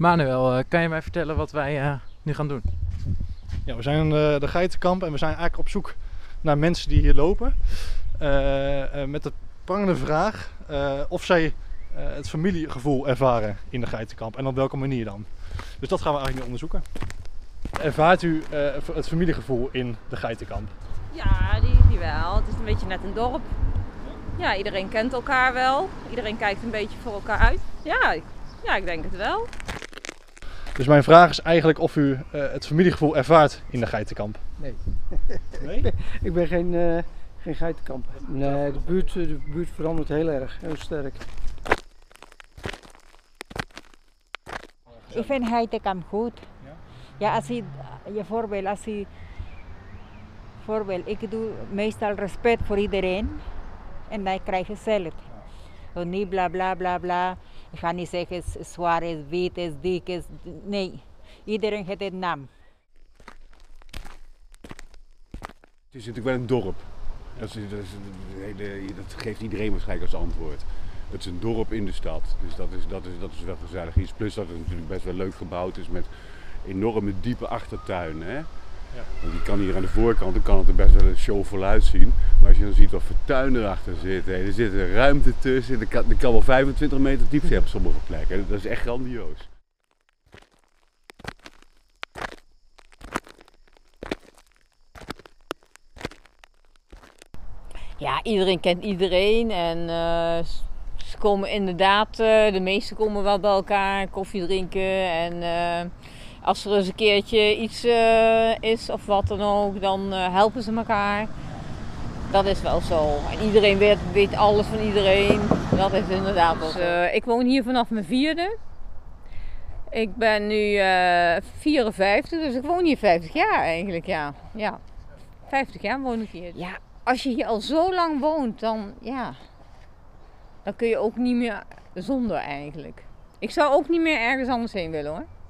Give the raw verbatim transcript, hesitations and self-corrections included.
Manuel, uh, kan je mij vertellen wat wij uh, nu gaan doen? Ja, we zijn uh, de Geitenkamp en we zijn eigenlijk op zoek naar mensen die hier lopen. Uh, uh, met de prangende vraag uh, of zij uh, het familiegevoel ervaren in de Geitenkamp en op welke manier dan. Dus dat gaan we eigenlijk nu onderzoeken. Ervaart u uh, het familiegevoel in de Geitenkamp? Ja, die, die wel. Het is een beetje net een dorp. Ja, iedereen kent elkaar wel. Iedereen kijkt een beetje voor elkaar uit. Ja, ja, ik denk het wel. Dus mijn vraag is eigenlijk of u uh, het familiegevoel ervaart in de Geitenkamp? Nee. Nee? ik, ben, ik ben geen, uh, geen Geitenkamp. Nee, de buurt, de buurt verandert heel erg, heel sterk. Ik vind Geitenkamp goed. Ja, ja als je, je voorbeeld, als je, voorbeeld, ik doe meestal respect voor iedereen en dan krijg je zelf. Ja. Niet bla bla bla bla. Ik ga niet zeggen is zwaar is, wit is, dik is. Nee, iedereen heeft een naam. Het is natuurlijk wel een dorp. Dat, is, dat, is, dat geeft iedereen waarschijnlijk als antwoord. Het is een dorp in de stad, dus dat is, dat is, dat is wel gezellig iets. Plus dat het natuurlijk best wel leuk gebouwd is met enorme diepe achtertuinen. Hè? Ja. Want je kan hier aan de voorkant, dan kan het er best wel een show vol uitzien. Maar als je dan ziet wat voor tuin erachter zit, hè, er zit een ruimte tussen. Er kan, er kan wel vijfentwintig meter diep zijn op sommige plekken. Dat is echt grandioos. Ja, iedereen kent iedereen en uh, ze komen inderdaad, uh, de meesten komen wel bij elkaar, koffie drinken en uh, als er eens een keertje iets uh, is of wat dan ook, dan uh, helpen ze elkaar. Dat is wel zo. En iedereen weet, weet alles van iedereen, dat is inderdaad wel zo. Uh, ik woon hier vanaf mijn vierde. Ik ben nu uh, vierenvijftig, dus ik woon hier vijftig jaar eigenlijk, ja. ja. vijftig jaar woon ik hier. Ja. Als je hier al zo lang woont, dan, ja, dan kun je ook niet meer zonder eigenlijk. Ik zou ook niet meer ergens anders heen willen hoor.